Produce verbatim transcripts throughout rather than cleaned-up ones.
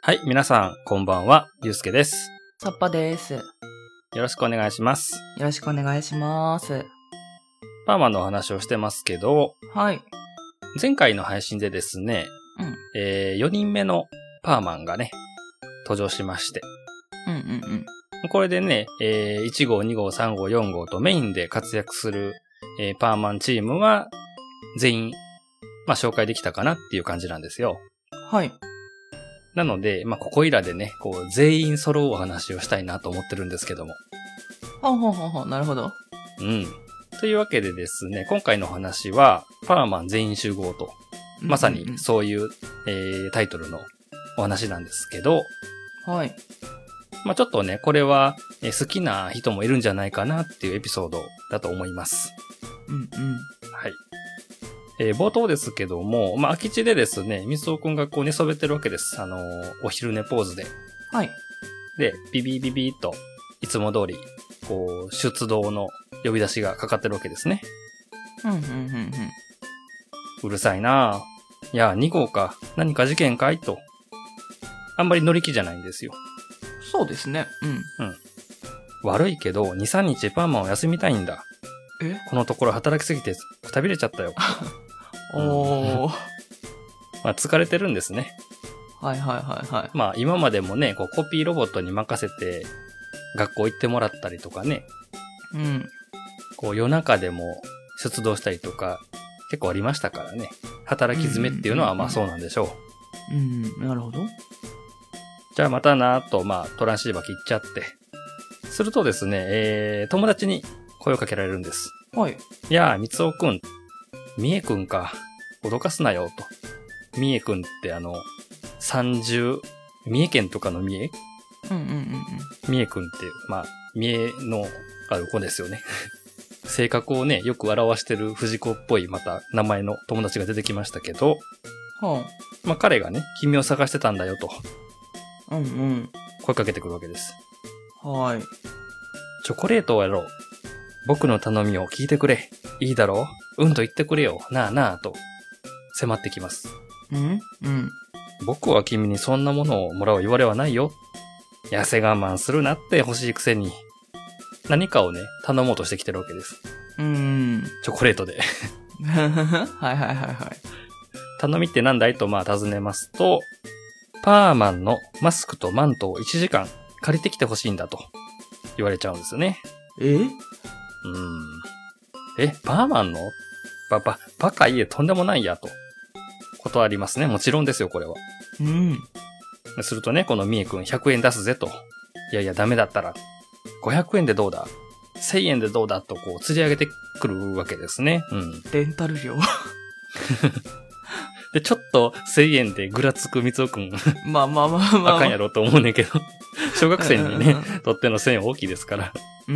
はい、皆さん、こんばんは、ゆうすけです。 さっぱです。よろしくお願いします。 ろしくお願いします。 パーマンのお話をしてますけど、 はい。 前回の配信でですね、 うん。 えー、よにんめのパーマンがね、登場しまして。 うんうんうん。 これでね、えー、いち号、に号、さん号、よん号とメインで活躍する、えー、パーマンチームは、全員、まあ、紹介できたかなっていう感じなんですよ。 はい。 なので、まあ、ここいらでね、こう、全員揃うお話をしたいなと思ってるんですけども。 ほんほんほんほん、なるほど。 うん。というわけでですね、今回の話は、パーマン全員集合と、まさにそういう、うんうんうん、えー、タイトルのお話なんですけど、 はい。 まあちょっとね、これは、えー、好きな人もいるんじゃないかなっていうエピソードだと思います。 うんうん。 はい。えー、冒頭ですけども、まあ空き地でですね、みつおくんがこう寝そべってるわけです。あのー、お昼寝ポーズで。 はい。 で、ビビビビーっと、いつも通り、こう、出動の呼び出しがかかってるわけですね。 うんうんうんうん。 うるさいなぁ。いや、に号か。何か事件かいと。あんまり乗り気じゃないんですよ。 そうですね。 うん。うん。悪いけど、に、さんにちパーマンを休みたいんだ。 え？ このところ働きすぎてくたびれちゃったよ。 おー。 まあ疲れてるんですね。 はいはいはいはい。 まあ今までもね、こうコピーロボットに任せて学校行ってもらったりとかね。 うん。 こう夜中でも出動したりとか結構ありましたからね。働き詰めっていうのはまあそうなんでしょう。うん、うん、なるほど。 じゃあまたなーと、まあトランシーバー切っちゃって。するとですね、えー、友達に声をかけられるんです。 はい。 いやー、みつおくん。みえくんか。脅かすなよ、と。みえくんってあの、三十、三重県とかの三重うんうんうんうん。 みえくんって、まあ、三重のある子ですよね。性格をね、よく表してる藤子っぽい、また名前の友達が出てきましたけど、 はあ、まあ彼がね、君を探してたんだよと。 うんうん。 声かけてくるわけです。 はい。 チョコレートをやろう。僕の頼みを聞いてくれ。いいだろううんと言ってくれよ。なあなあと。迫ってきます。 うんうん。 僕は君にそんなものをもらう言われはないよ。痩せ我慢するなって欲しいくせに。何かをね、頼もうとしてきてるわけです。 うーん。 チョコレートで。 はいはいはいはい。 頼みってなんだいとまあ尋ねますと、パーマンのマスクとマントをいちじかん借りてきてほしいんだと言われちゃうんですよね。 え？ うーん。え、パーマンのば、ば、バカいえとんでもないやと。断りますね。もちろんですよ、これは。 うん。 するとね、このみえくんひゃくえん出すぜと。いやいや、ダメだったら、ごひゃくえんでどうだ ?せんえんでどうだとこう、釣り上げてくるわけですね。うん。 レンタル料。 で、ちょっとせんえんでぐらつくみつおくん。 まあまあまあまあ、まあ。 あかんやろと思うねんけど。小学生にね、とってのせんえん大きいですから。 うん。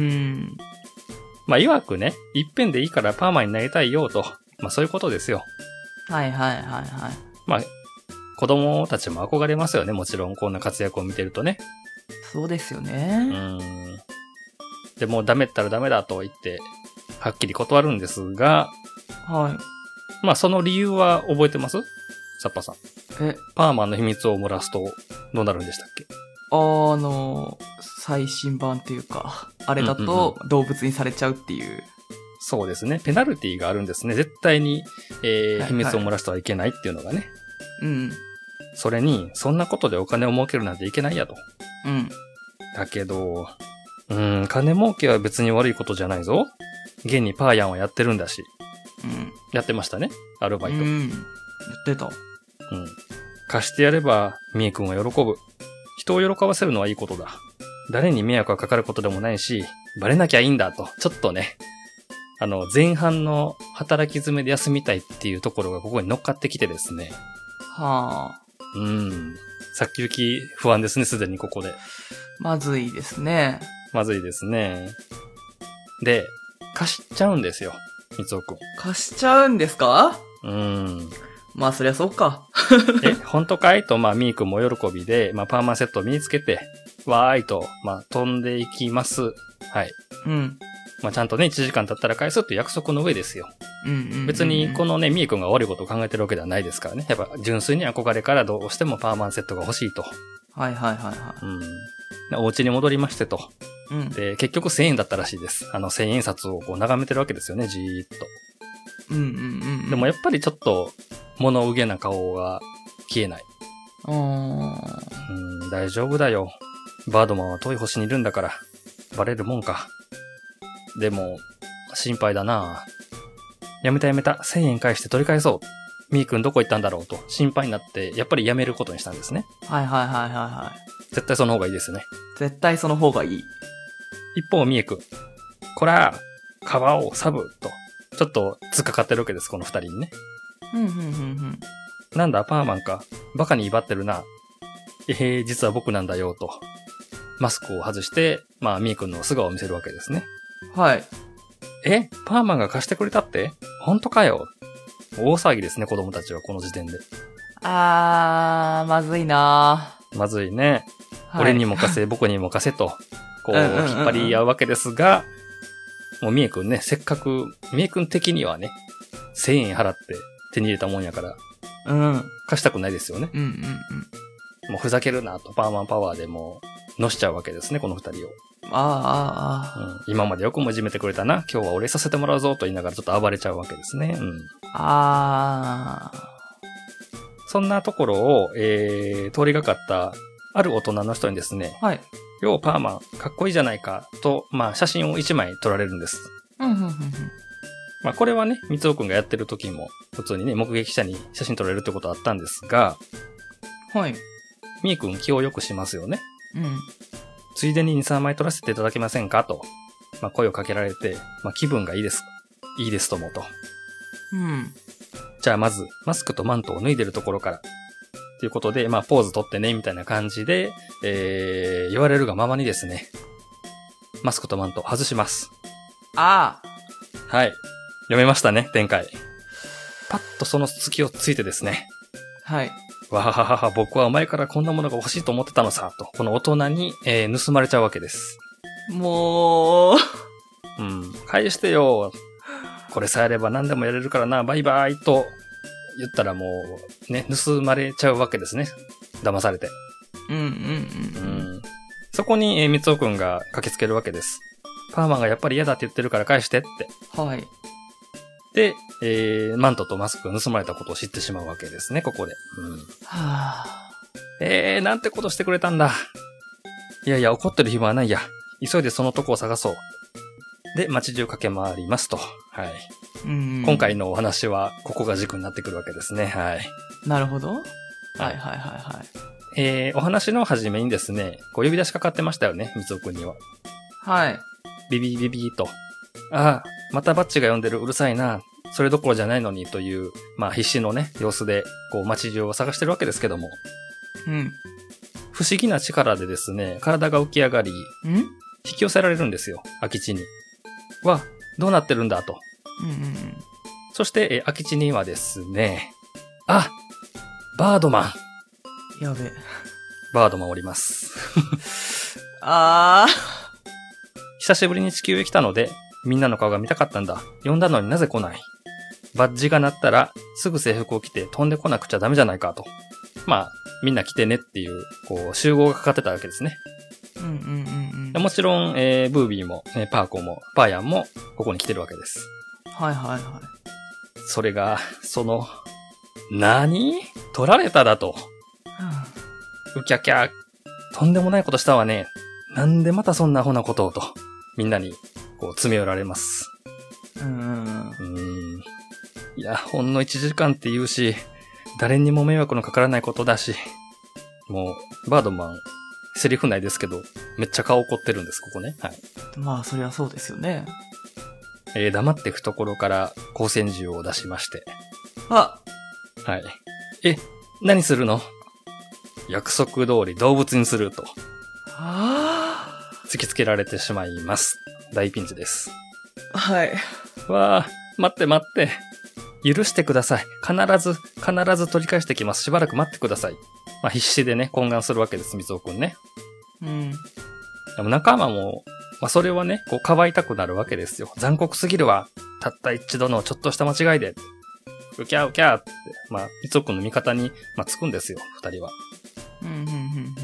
まあ、曰くね、一遍でいいからパーマになりたいよと。まあ、そういうことですよ。 はいはいはいはい。 まあ、子供たちも憧れますよね。もちろん、こんな活躍を見てるとね。 そうですようね。 ーん。でも、ダメったらダメだと言って、はっきり断るんですが、 はい。 まあ、その理由は覚えてますサッパさん。 え、 パーマンの秘密を漏らすと、どうなるんでしたっけ？ あの、最新版っていうか、あれだと動物にされちゃうっていう。 そうですね。ペナルティがあるんですね。絶対に、えーはいはい、 秘密を漏らしてはいけないっていうのがね。 うん。 それに、そんなことでお金を儲けるなんていけないやと。 うん。 だけど、うーん、金儲けは別に悪いことじゃないぞ。現にパーヤンはやってるんだし。 うん。 やってましたね。アルバイト。 ううん。 ん。やってた。 貸してやれば、みえくんは喜ぶ。人を喜ばせるのはいいことだ。誰に迷惑がかかることでもないし、バレなきゃいいんだと。ちょっとね、あの、前半の働き詰めで休みたいっていうところがここに乗っかってきてですね。 はあ。 うん。先行き不安ですね、すでにここで。 まずいですね。 まずいですね。で、貸しちゃうんですよ、みつおくん。 貸しちゃうんですか？ うん。 まあそりゃそうか。 え、本当かいと、まあ、みーくんも喜びで、まあ、パーマセットを身につけて、わーいと、まあ、飛んでいきます。はい。 うん。 まあ、ちゃんとね、いちじかん経ったら返すっていう約束の上ですよ。 うんうんうんうん。 別に、このね、みーくんが悪いことを考えてるわけではないですからね。やっぱ、純粋に憧れからどうしてもパーマンセットが欲しいと。 はいはいはいはうん。でお家に戻りましてと。 い。うん。 で、結局せんえんだったらしいです。あのせんえん札をこう眺めてるわけですよね、じーっと。 うんうんうんうん。 でもやっぱりちょっと、物憂げな顔が消えない。 うーん。 うん、大丈夫だよ。バードマンは遠い星にいるんだから、バレるもんか。でも、心配だな。やめたやめた、せんえん返して取り返そう。みーくんどこ行ったんだろうと心配になって、やっぱりやめることにしたんですね。 はいはいはいはいはい。 絶対その方がいいですね。 絶対その方がいい。 一方、みーくん。こら、川をサブと、ちょっと突っかかってるわけです、この二人にね。 うんうんうんうん。 なんだ、パーマンか。バカに威張ってるな。えへー、実は僕なんだよ、と。マスクを外して、まあ、みーくんの素顔を見せるわけですね。 はい。 え、パーマンが貸してくれたって？本当かよ。大騒ぎですね、子供たちはこの時点で。 あー、まずいなまずいね。 ー。はい、 俺にも貸せ、僕にも貸せと、こう、 うんうんうんうん引っ張り合うわけですが、もうみえくんね、せっかく、みえくん的にはね、せんえん払って手に入れたもんやから、 うん。うん貸したくないですよね。 うんうん。 もうふざけるなと、パーマンパワーでもう、のしちゃうわけですね、この二人を。 あーあーあー。 うん、今までよくもいじめてくれたな。今日はお礼させてもらうぞと言いながらちょっと暴れちゃうわけですね。うん。 あそんなところを、えー、通りがかったある大人の人にですね、 ー。はい。 ようパーマン、かっこいいじゃないか、と、まあ写真を一枚撮られるんです。 うんうんうんうん。 まあこれはね、三尾くんがやってる時も、普通にね、目撃者に写真撮られるってことあったんですが、 はい。 みーくん気を良くしますよね。 うん。 ついでにに、さんまい撮らせていただけませんかと、まあ声をかけられて、まあ気分がいいです。いいですともと。 うん。 じゃあまず、マスクとマントを脱いでるところから。ということで、まあポーズ取ってね、みたいな感じで、えー、言われるがままにですね、マスクとマント外します。 あはい。読めましたね、展開。パッとその隙をついてですね、 ー。はい。 わはははは、僕はお前からこんなものが欲しいと思ってたのさ、と、この大人に、えー、盗まれちゃうわけです。 もう、 うん。返してよ。これさえあれば何でもやれるからな、バイバイと言ったらもう、ね、盗まれちゃうわけですね。騙されて。 うんうんううん。 ん。そこに、えー、三尾くんが駆けつけるわけです。パーマンがやっぱり嫌だって言ってるから返してって。 はい。 で、えー、マントとマスクが盗まれたことを知ってしまうわけですね、ここで。うん。 はえー、なんてことしてくれたんだ。いやいや、怒ってる暇はないや。急いでそのとこを探そう。で、街中駆け回りますと。はい。 ぁ。うん。 今回のお話は、ここが軸になってくるわけですね。はい。 なるほど。はいはいはいはい。 えー、お話の初めにですね、こう呼び出しかかってましたよね、三尾くんには。 はい。 ビビビビーと。ああ、またバッチが呼んでる、うるさいな。それどころじゃないのにという、まあ必死のね、様子で、こう街中を探してるわけですけども。 うん。 不思議な力でですね、体が浮き上がり、 ん引き寄せられるんですよ、空き地に。わ、どうなってるんだと。 うんうんうん。 そして、え空き地にはですね、あ、バードマン。 やべ。 バードマンおります。 あ久しぶりに地球へ来たので、みんなの顔が見たかったんだ。呼んだのになぜ来ない？バッジが鳴ったら、すぐ制服を着て飛んでこなくちゃダメじゃないかと。まあ、みんな来てねっていう、こう、集合がかかってたわけですね。 ー。うんうんうんうん。 でもちろん、えー、ブービーも、えーパーコーも、パーヤンも、ここに来てるわけです。 はいはいはい。 それが、その、何？取られただと。うきゃきゃ、とんでもないことしたわね。なんでまたそんなアホなことをと。みんなに、こう、詰め寄られます。 うんうんうん。 うーん。いや、ほんのいちじかんって言うし、誰にも迷惑のかからないことだし。もう、バードマン、セリフないですけど、めっちゃ顔怒ってるんです、ここね。はい。 まあ、そりゃそうですよね。 えー、黙って懐から光線銃を出しまして。 あ、 はい。え、何するの？約束通り動物にすると。 あ突きつけられてしまいます。大ピンチです。 あ。はい。 わあ、待って待って。許してください。必ず、必ず取り返してきます。しばらく待ってください。まあ必死でね、懇願するわけです、みつおくんね。 うん。 でも仲間も、まあそれはね、こう、かばいたくなるわけですよ。残酷すぎるわ。たった一度のちょっとした間違いで。うきゃうきゃって、まあ、みつおくんの味方に、まあ、つくんですよ、二人は。 うんうんうんうん。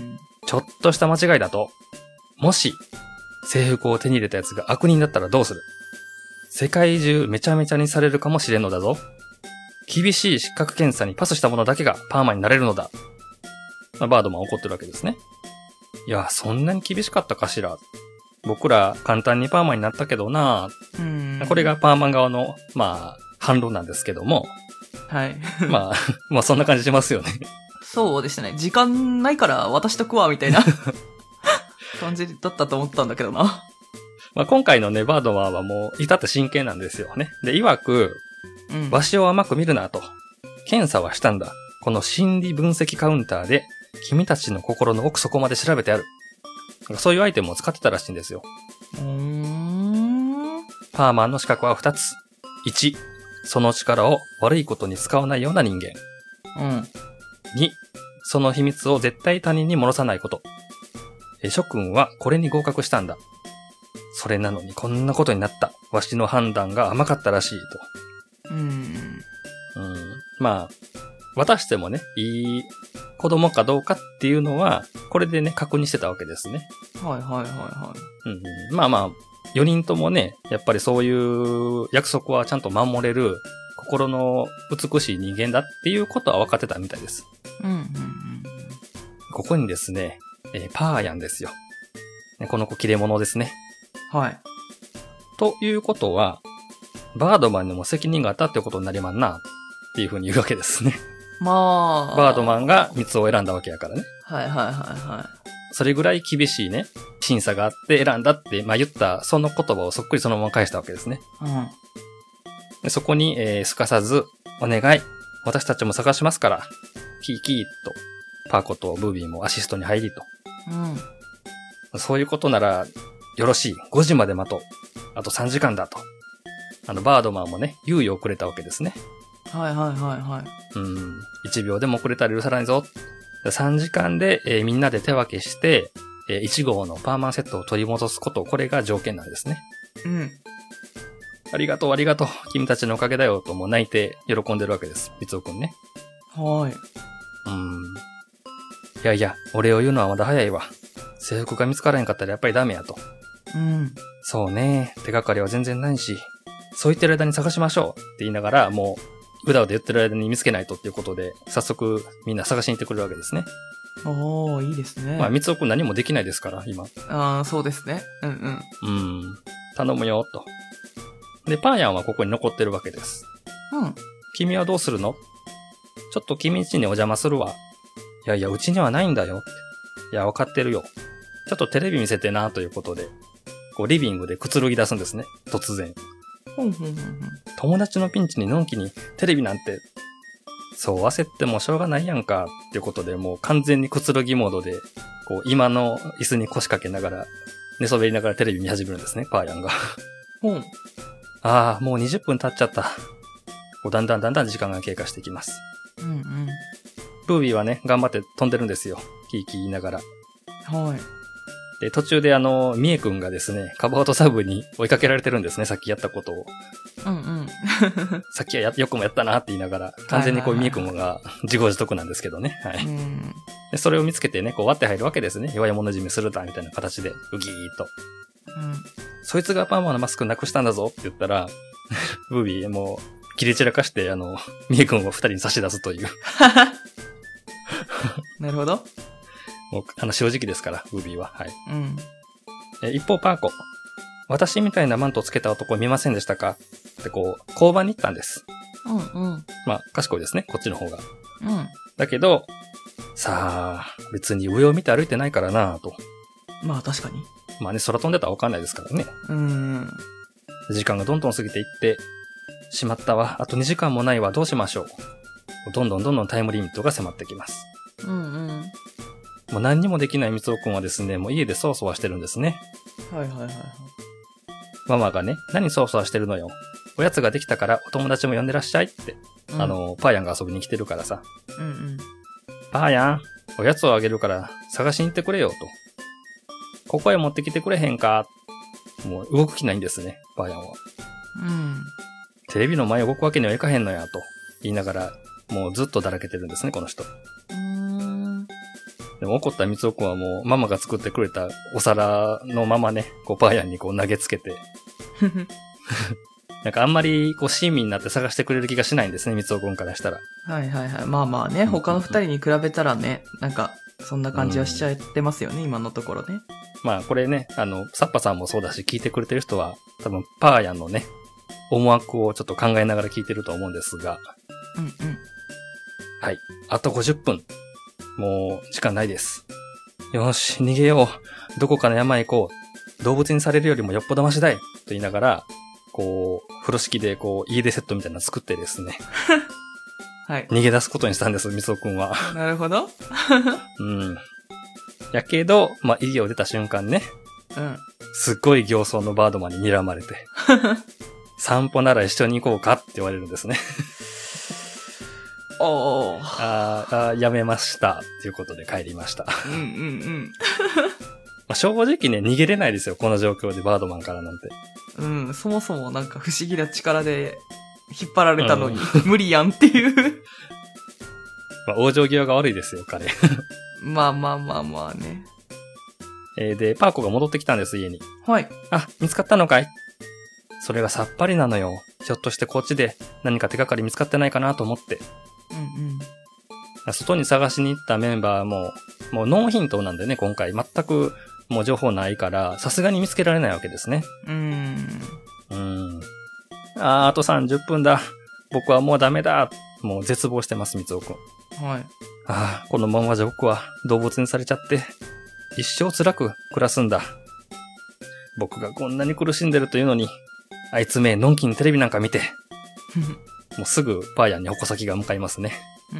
ちょっとした間違いだと、もし、制服を手に入れた奴が悪人だったらどうする？世界中めちゃめちゃにされるかもしれんのだぞ。厳しい失格検査にパスした者だけがパーマになれるのだ。まあ、バードマン怒ってるわけですね。いや、そんなに厳しかったかしら。僕ら簡単にパーマになったけどな。 うん。 これがパーマン側の、まあ、反論なんですけども。 はい。 まあ、まあそんな感じしますよね。 そうでしたね。時間ないから渡しとくわ、みたいな感じだったと思ったんだけどな。 まあ今回のね、バードマンはもう至って真剣なんですよね。で、曰く、 うん。 わしを甘く見るなと。検査はしたんだ。この心理分析カウンターで、君たちの心の奥底まで調べてやる。そういうアイテムを使ってたらしいんですよ。 うーん。 パーマンの資格はふたつ。いち、その力を悪いことに使わないような人間。 うん。 に、その秘密を絶対他人に漏らさないこと。え、諸君はこれに合格したんだ。それなのにこんなことになった。わしの判断が甘かったらしいうん。 と。うん。まあ、渡してもね、いい子供かどうかっていうのは、これでね、確認してたわけですね。 はいはいはいはうんうん、まあまあ、よにんともね、やっぱりそういう約束はちゃんと守れる、心の美しい人間だっていうことは分かってたみたいです。 い。うんうんうん。 ここにですね、えーパーヤンですよ。ね、この子切れ者ですね。 はい。 ということは、バードマンにも責任があったってことになりまんな、っていう風に言うわけですね。 まあ。 バードマンが蜜を選んだわけやからね。 はいはいはいはそれぐらい厳しいね、審査があって選んだって、まあ言ったその言葉をそっくりそのまま返したわけですね。 い。うん。 でそこに、えー、すかさず、お願い、私たちも探しますから、キーキーと、パーコとブービーもアシストに入りと。 うん。 そういうことなら、よろしい。ごじまで待とう。あとさんじかんだと。あの、バードマンもね、猶予をくれたわけですね。 はいはいはいはい。 うん。いちびょうでも遅れたら許さないぞ。さんじかんで、えーみんなで手分けして、えーいち号のパーマンセットを取り戻すこと、これが条件なんですね。 うん。 ありがとうありがとう。君たちのおかげだよともう泣いて喜んでるわけです。みつおくんね。 はい。 うん。いやいや、俺を言うのはまだ早いわ。制服が見つからへんかったらやっぱりダメやと。 うん。 そうね。手がかりは全然ないし、そう言ってる間に探しましょうって言いながら、もう、うだうだ言ってる間に見つけないとっていうことで、早速みんな探しに行ってくるわけですね。 おー、いいですね。 まあ、みつおくん何もできないですから、今。 ああ、そうですね。うんうん。 うん。頼むよ、と。で、パーヤンはここに残ってるわけです。 うん。 君はどうするの？ちょっと君ん家にお邪魔するわ。いやいや、うちにはないんだよ。いや、わかってるよ。ちょっとテレビ見せてな、ということで、こう、リビングでくつろぎ出すんですね。突然。 ほんほんほんほん。 友達のピンチにのんきにテレビなんて、そう焦ってもしょうがないやんか、っていうことで、もう完全にくつろぎモードで、こう、今の椅子に腰掛けながら、寝そべりながらテレビ見始めるんですね、パーヤンが。 ほん。 ああ、もうにじゅっぷん経っちゃった。こうだんだんだんだん時間が経過していきます。 うんうん。 ブービーはね、頑張って飛んでるんですよ。キーキー言いながら。 はい。 で、途中であの、ミエ君がですね、カバオとサブに追いかけられてるんですね、さっきやったことを。 うんうん。 さっきはやよくもやったなって言いながら、完全にこう、ミエ君が自業自得なんですけどね。はい。 うん。 で、それを見つけてね、こう割って入るわけですね。弱い者じみするだ、みたいな形で、うぎーっと。 うん。 そいつがパーマのマスクなくしたんだぞって言ったら、ブービーもう、切れ散らかして、あの、ミエ君を二人に差し出すという。 なるほど。 もう、あの、正直ですから、ブービーは。はい。 うん。 え一方、パーコ。私みたいなマントをつけた男見ませんでしたかってこう、交番に行ったんです。 うんうん。 まあ、賢いですね、こっちの方が。 うん。 だけど、さあ、別に上を見て歩いてないからなぁと。 まあ確かに。 まあね、空飛んでたらわかんないですからね。 うん。 時間がどんどん過ぎていって、しまったわ、あとにじかんもないわ、どうしましょう。どんどんどんどんタイムリミットが迫ってきます。 うんうん。 もう何にもできないみつおくんはですね、もう家でそわそわしてるんですね。 はいはいはいはい。 ママがね、何そわそわしてるのよ。おやつができたからお友達も呼んでらっしゃいって。 うん、 あの、パーヤンが遊びに来てるからさ。 うんうん。 パーヤン、おやつをあげるから探しに行ってくれよと。ここへ持ってきてくれへんか。もう動く気ないんですね、パーヤンは。 うん。 テレビの前動くわけにはいかへんのやと言いながら、もうずっとだらけてるんですね、この人。 うーん。 でも怒ったみつおくんはもうママが作ってくれたお皿のままね、こうパーヤンにこう投げつけて、なんかあんまりこう親身になって探してくれる気がしないんですね、みつおくんからしたら。 はいはいはい。まあまあね、他の二人に比べたらね、なんか、そんな感じはしちゃってますよね、うん、今のところね。 まあこれね、あの、サッパさんもそうだし、聞いてくれてる人は、多分パーヤンのね、思惑をちょっと考えながら聞いてると思うんですが。 うんうん。 はい。あとごじゅっぷん。もう、時間ないです。よし、逃げよう。どこかの山へ行こう。動物にされるよりもよっぽどマシだい。と言いながら、こう、風呂敷でこう、家出セットみたいなの作ってですね。 はい。 逃げ出すことにしたんです、みつおくんは。 なるほど。 うん。やけど、まあ、家を出た瞬間ね。 うん。 すっごい形相のバードマンに睨まれて。散歩なら一緒に行こうかって言われるんですね。 おー。 ああ、やめました。ということで帰りました。 うんうんうん。 まあ正直ね、逃げれないですよ。この状況でバードマンからなんて。 うん、そもそもなんか不思議な力で引っ張られたのに、うん、無理やんっていう。 まあ、往生際が悪いですよ、彼。 まあまあまあまあね。 えー、で、パーコが戻ってきたんです、家に。 はい。 あ、見つかったのかい？それがさっぱりなのよ。ひょっとしてこっちで何か手がかり見つかってないかなと思って。 うんうん。外に探しに行ったメンバーも、もうノーヒントなんでね、今回。全くもう情報ないから、さすがに見つけられないわけですね。 うーん。 うーん。あー、あとさんじゅっぷんだ。僕はもうダメだ。もう絶望してます、みつおくん。 はい。 ああ、このままじゃ僕は動物にされちゃって、一生辛く暮らすんだ。僕がこんなに苦しんでるというのに、あいつめ、のんきにテレビなんか見て。もうすぐパーヤンに矛先が向かいますね。 うん。 うん、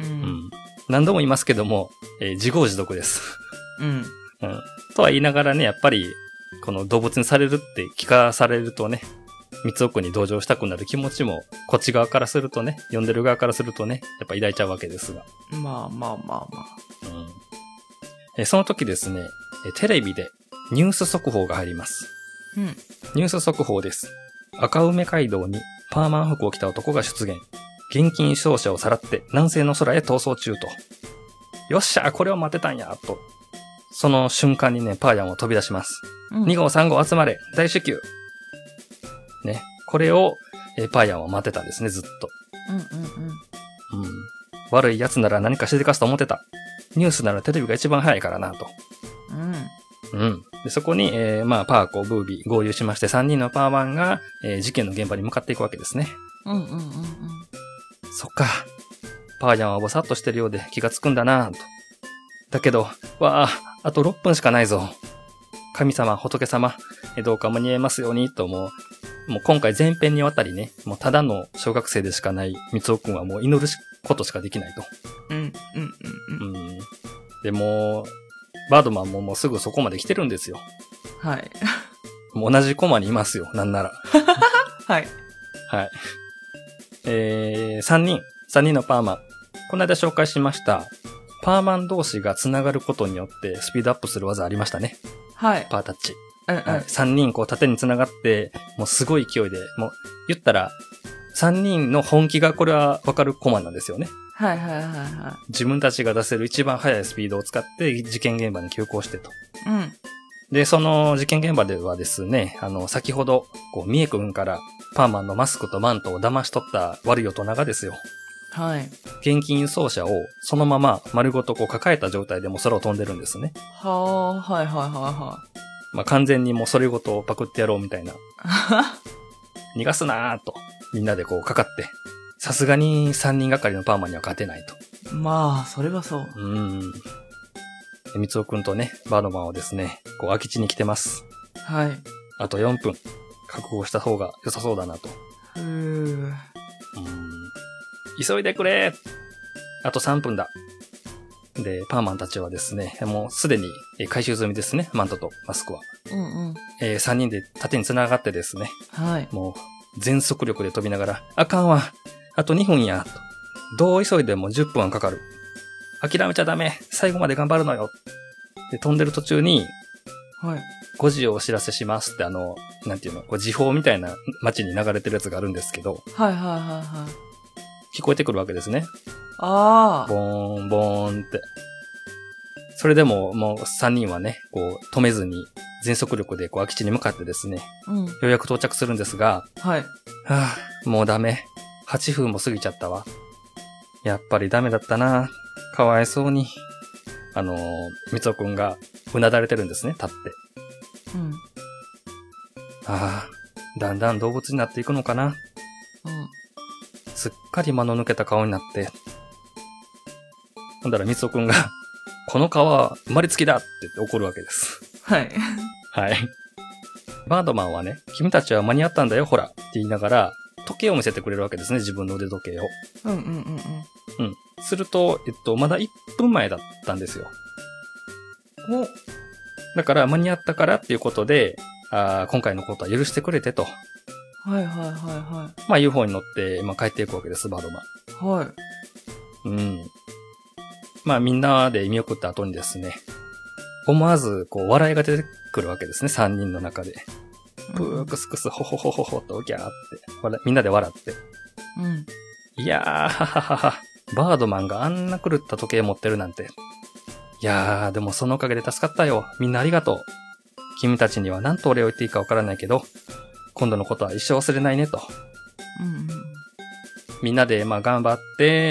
何度も言いますけども、えー、自業自得です。 うん。 うん。とは言いながらね、やっぱり、この動物にされるって聞かされるとね、三つ奥に同情したくなる気持ちも、こっち側からするとね、呼んでる側からするとね、やっぱ抱いちゃうわけですが。 まあまあまあまあ。 うん。えその時ですね、テレビでニュース速報が入ります。 うん。 ニュース速報です。赤梅街道にパーマン服を着た男が出現。現金商社をさらって南西の空へ逃走中と。よっしゃ、これを待ってたんや、と。その瞬間にね、パーヤンを飛び出します。うん、に号さん号集まれ、大至急。ね。これを、えパーヤンは待ってたんですね、ずっと。 うんうんうん。うん。悪い奴なら何かしでかすと思ってた。ニュースならテレビが一番早いからな、と。 うん。 うん。でそこに、えー、まあ、パーコ、ブービー合流しまして、さんにんのパーマンが、えー、事件の現場に向かっていくわけですね。 うんうんうんうん。 そっか。パーヤンはぼさっとしてるようで気がつくんだな、と。だけど、わあ、あとろっぷんしかないぞ。神様、仏様、どうか間に合いますように、ともう、もう今回前編にわたりね、もうただの小学生でしかない三尾くんはもう祈ることしかできないと。 うん、うん、うん、うん。 うん。でも、バードマンももうすぐそこまで来てるんですよ。 はい。 もう同じコマにいますよ、なんなら。 はい。 はい。えー、さんにん、さんにんのパーマン。この間紹介しました。パーマン同士が繋がることによってスピードアップする技ありましたね。 はい。 パータッチ。 うんうん。はい、 さんにんこう縦に繋がって、もうすごい勢いで、もう言ったら、さんにんの本気がこれはわかるコマなんですよね。 はいはいはいはい。 自分たちが出せる一番速いスピードを使って事件現場に急行してと。 うん。 で、その事件現場ではですね、あの、先ほど、こう、ミエ君からパーマンのマスクとマントを騙し取った悪い大人がですよ。 はい。 現金輸送車をそのまま丸ごとこう抱えた状態でもう空を飛んでるんですね。 はあ、はいはいはいはい。 まあ、完全にもうそれごとパクってやろうみたいな。逃がすなーと、みんなでこうかかって、さすがにさんにんがかりのパーマンには勝てないと。 まあ、それはそう。 うーん。みつおくんとね、バードマンをですね、こう空き地に来てます。 はい。 あとよんぷん、覚悟した方が良さそうだなと。 うーん。 うーん。急いでくれー。あとさんぷんだ。で、パーマンたちはですね、もうすでに回収済みですね、マントとマスクは。 うんうん。 えー、さんにんで縦に繋がってですね。 はい。 もう、全速力で飛びながら、あかんわ。あとにふんや。と。どう急いでもじゅっぷんはかかる。諦めちゃダメ。最後まで頑張るのよ。で、飛んでる途中に、 はい。 ごじをお知らせしますってあの、なんていうの、こう時報みたいな街に流れてるやつがあるんですけど。 はいはいはいはい。 聞こえてくるわけですね。 ああ。 ボーン、ボーンって。 それでももうさんにんはね、こう止めずに全速力でこう空き地に向かってですね、 うん。 ようやく到着するんですが、 はい。 はぁ、もうダメ。はちふんも過ぎちゃったわ。やっぱりダメだったな。かわいそうに。あのー、みつおくんがうなだれてるんですね、立って。 うん。 ああ、だんだん動物になっていくのかな。 うん。 すっかり間の抜けた顔になって。ほんだらみつおくんが、この皮は生まれつきだって言って怒るわけです。 はい。 はい。バードマンはね、君たちは間に合ったんだよ、ほら、って言いながら、時計を見せてくれるわけですね、自分の腕時計を。 うんうんうんうん。 うん。すると、えっと、まだいっぷんまえだったんですよ。 お、 だから間に合ったからっていうことで、あ今回のことは許してくれてと。 はいはいはまあ ユーフォー に乗って、まあ帰っていくわけです、バードマン。 いはい。はい。 うん。まあみんなで見送った後にですね、思わずこう笑いが出てくるわけですね、さんにんの中で。ブークスクスホホホホホとギャーって笑、みんなで笑って。 うん。 いやー、はははは。バードマンがあんな狂った時計持ってるなんて。いやー、でもそのおかげで助かったよ。みんなありがとう。君たちには何とお礼を言っていいかわからないけど、今度のことは一生忘れないねと。 うんうん。 みんなでまあ頑張って、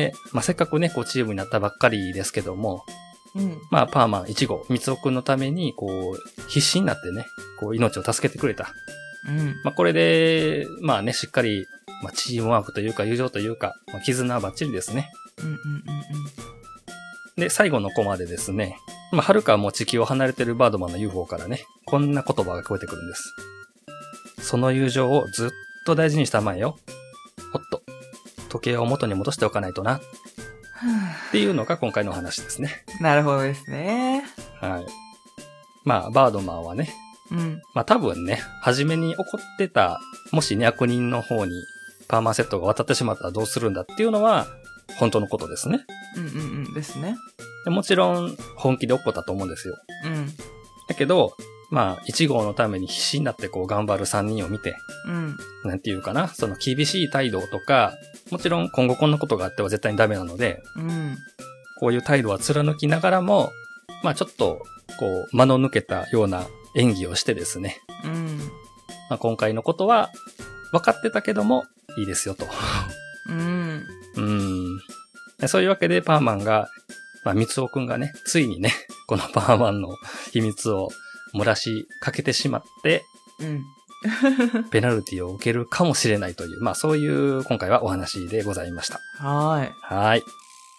まあせっかくね、こうチームになったばっかりですけども、 うん。 まあパーマンいち号、みつおくんのためにこう、必死になってね、こう命を助けてくれた。 うん。 まあこれで、まあね、しっかり、まあチームワークというか友情というか、まあ、絆はバッチリですね。 うんうんうんで、最後のコマでですね、まあ、はるかもう地球を離れてるバードマンの ユーフォー からね、こんな言葉が聞こえてくるんです。その友情をずっと大事にしたまえよ。おっと、時計を元に戻しておかないとな。っていうのが今回のお話ですね。 うん。なるほどですね。 はい。まあ、バードマンはね、 うん。 まあ多分ね、初めに起こってた、もしね、悪人の方にパーマーセットが渡ってしまったらどうするんだっていうのは、本当のことですね。 うんうんうんですね。 でもちろん、本気で起こったと思うんですよ。 うん。 だけど、まあ、いち号のために必死になってこう頑張るさんにんを見て、 うん。 なんていうかな、その厳しい態度とか、もちろん今後こんなことがあっては絶対にダメなので、 うん。 こういう態度は貫きながらも、まあちょっと、こう、間の抜けたような演技をしてですね、 うん。 まあ今回のことは、分かってたけども、いいですよと。 うん。 うーん。そういうわけでパーマンが、まあ、みつおくんがね、ついにね、このパーマンの秘密を漏らしかけてしまって、 うん。 ペナルティを受けるかもしれないという、まあそういう今回はお話でございました。 はーい。 はい。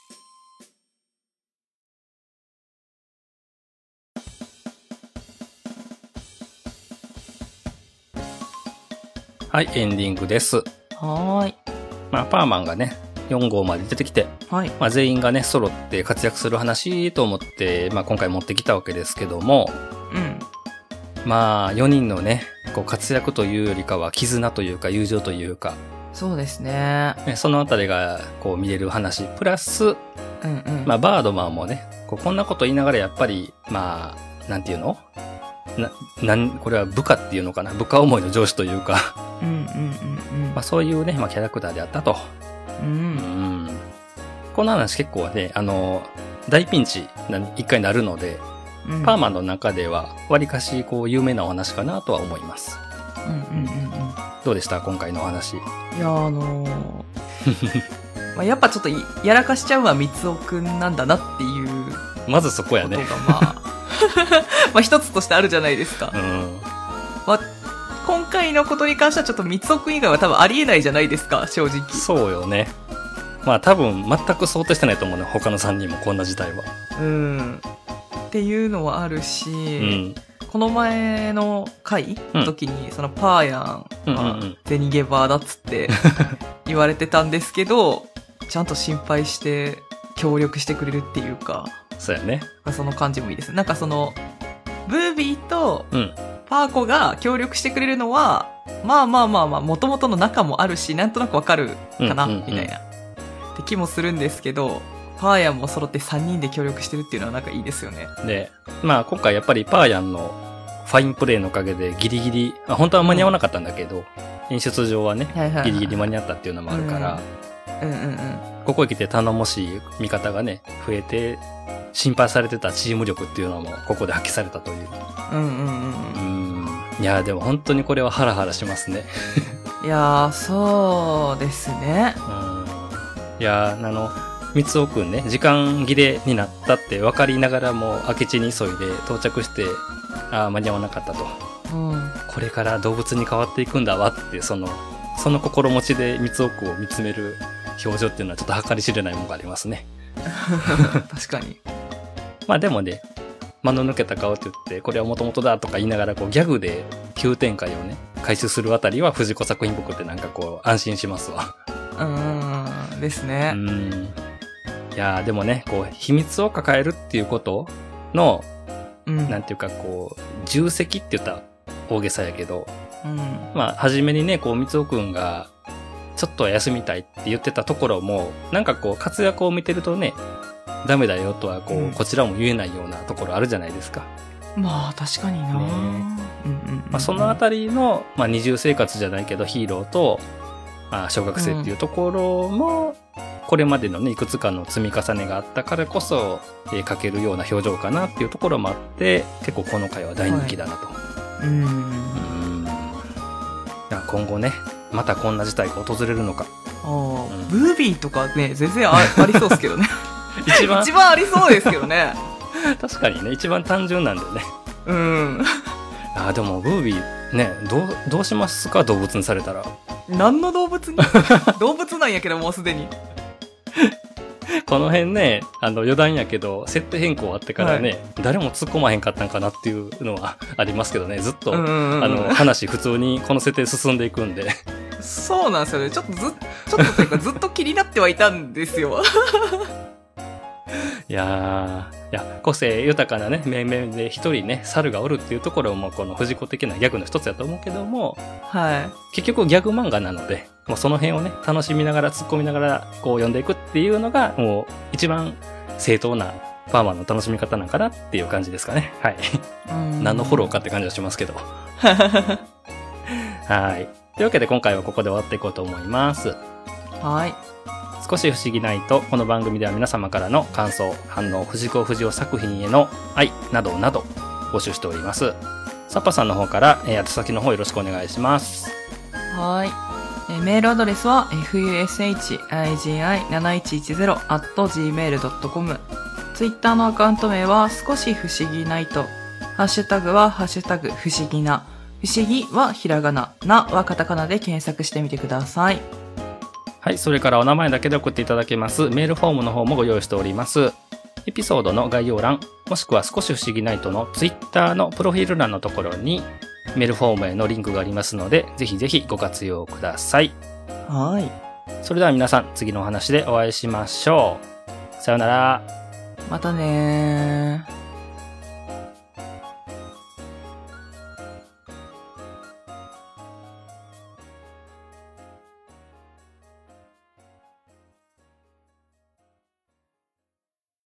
はい、エンディングです。 はーい。 まあパーマンがね、よん号まで出てきて、 はい。 まあ全員がね、揃って活躍する話と思って、まあ今回持ってきたわけですけども、 うん。 まあよにんのね、こう活躍というよりかは絆というか友情というか、 そうですね。 ね、そのあたりがこう見れる話、プラス、 うんうん。 まあバードマンもね、こうこんなこと言いながらやっぱり、まあ、なんていうのな、なん、これは部下っていうのかな、部下思いの上司というか、 うんうんうんうん。 まあそういうね、まあキャラクターであったと。 う。 うんん。この話結構ね、あの、大ピンチな、一回なるので、 うん。 パーマンの中では、わりかし、こう、有名なお話かなとは思います。 うんうんうんうん。 どうでした今回のお話。 いや、あのーまあ、やっぱちょっといやらかしちゃうはみつおくんなんだなっていうまずそこことがやね。 まあ、まあ一つとしてあるじゃないですか。 うん。 まあ、今回のことに関してはちょっとみつおくん以外は多分ありえないじゃないですか、正直。 そうよね。まあ多分、全く想定してないと思うね。他のさんにんもこんな事態は。 うん。っていうのはあるし、 うん。 この前の回の時に、そのパーヤンうんうんはうんゼニゲバーだっつって言われてたんですけど、ちゃんと心配して協力してくれるっていうか、 そうやね。 その感じもいいです。なんかその、ブービーとうん。 パーコが協力してくれるのは、まあまあまあまあ、元々の仲もあるし、なんとなくわかるかな、 うんうんうんみたいな。って気もするんですけど、パーヤンも揃ってさんにんで協力してるっていうのはなんかいいですよね。 で、まあ今回やっぱりパーヤンのファインプレーのおかげでギリギリ、あ本当は間に合わなかったんだけど、演出上はね、 はいはいはいギリギリ間に合ったっていうのもあるから、 うんうんうん。 ここへ来て頼もしい味方がね、増えて、 心配されてたチーム力っていうのもここで発揮されたという。 うんうんうん。 うん。いや、でも本当にこれはハラハラしますね。 いやー、そうですね。 うん。いや、あの、三尾くんね、時間切れになったって分かりながらも明智に急いで到着して、ああ、間に合わなかったと。 うん。 これから動物に変わっていくんだわって、その、その心持ちで三尾くんを見つめる表情っていうのはちょっと計り知れないものがありますね。 確かに。 まあでもね、間の抜けた顔って言って、これはもともとだとか言いながら、こうギャグで急展開をね、回収するあたりは藤子作品っぽくてなんかこう安心しますわ。 うーん、ですね。 うん。いやーでもね、こう秘密を抱えるっていうことの、 うん、 なんていうかこう、重責って言ったら大げさやけど、 うん、 まあ初めにね、こう三尾くんが、ちょっとは休みたいって言ってたところも、なんかこう活躍を見てるとね、ダメだよとはこう、うん、こちらも言えないようなところあるじゃないですか。 まあ確かにな、ね、うんうんうん、 まあ、そのあたりの、まあ、二重生活じゃないけどヒーローと、まあ、小学生っていうところも、これまでのねいくつかの積み重ねがあったからこそ、えー、描けるような表情かなっていうところもあって、結構この回は大人気だなと。はい、うんうん今後ねまたこんな事態が訪れるのか。 あ、うん、ブービーとかね全然 あ, ありそうですけどね。 一番一番ありそうですけどね。 確かにね、一番単純なんだよね。 うん。 あ、でもブービーね、どうどうしますか、動物にされたら。 何の動物に？動物なんやけどもうすでに。 この辺ね、あの余談やけど設定変更あってからね、はい、誰も突っ込まへんかったんかなっていうのはありますけどね、ずっと、うんうんうん、あの話普通にこの設定進んでいくんで。 そうなんですよね。ちょっとずちょっとというかずっと気になってはいたんですよ。 いやー、いや、個性豊かなね、面々で一人ね、猿がおるっていうところも、この藤子的なギャグの一つやと思うけども、 はい。 結局ギャグ漫画なので、もうその辺をね、楽しみながら、突っ込みながら、こう読んでいくっていうのが、もう一番正当なパーマの楽しみ方なんかなっていう感じですかね。はい。何のフォローかって感じはしますけど。はい。というわけで今回はここで終わっていこうと思います。 はい。 少し不思議ないと、この番組では皆様からの感想、反応、藤子不二雄作品への愛などなど募集しております。サッパさんの方から、えー、宛先の方よろしくお願いします。 はい。えー、メールアドレスは エフユーエスエイチアイジーアイなないちいちゼロ アットジーメールドットコム。ツイッターのアカウント名は少し不思議ないと。ハッシュタグはハッシュタグ不思議な。不思議はひらがな、なはカタカナで検索してみてください。 はい、それからお名前だけで送っていただけますメールフォームの方もご用意しております。エピソードの概要欄、もしくは少し不思議ナイトのツイッターのプロフィール欄のところにメールフォームへのリンクがありますので、ぜひぜひご活用ください。 はい。 それでは皆さん、次のお話でお会いしましょう。さよなら。 またねー。